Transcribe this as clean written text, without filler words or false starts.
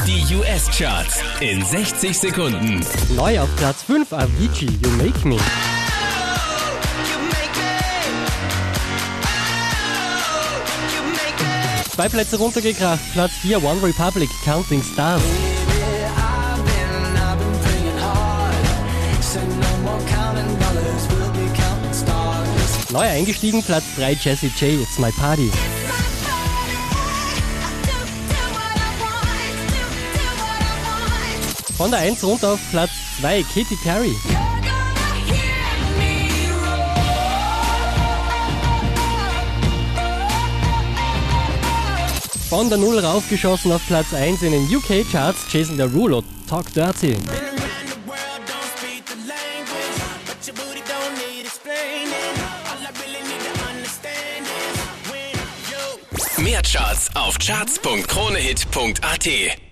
Die US-Charts in 60 Sekunden. Neu auf Platz 5 Avicii, You Make Me. Zwei Plätze runtergekracht, Platz 4 One Republic, Counting Stars. Neu eingestiegen, Platz 3 Jessie J, It's My Party. Von der 1 runter auf Platz 2 Katy Perry. Von der 0 raufgeschossen auf Platz 1 in den UK-Charts, Jason Derulo, Talk Dirty. Mehr Charts auf charts.kronehit.at.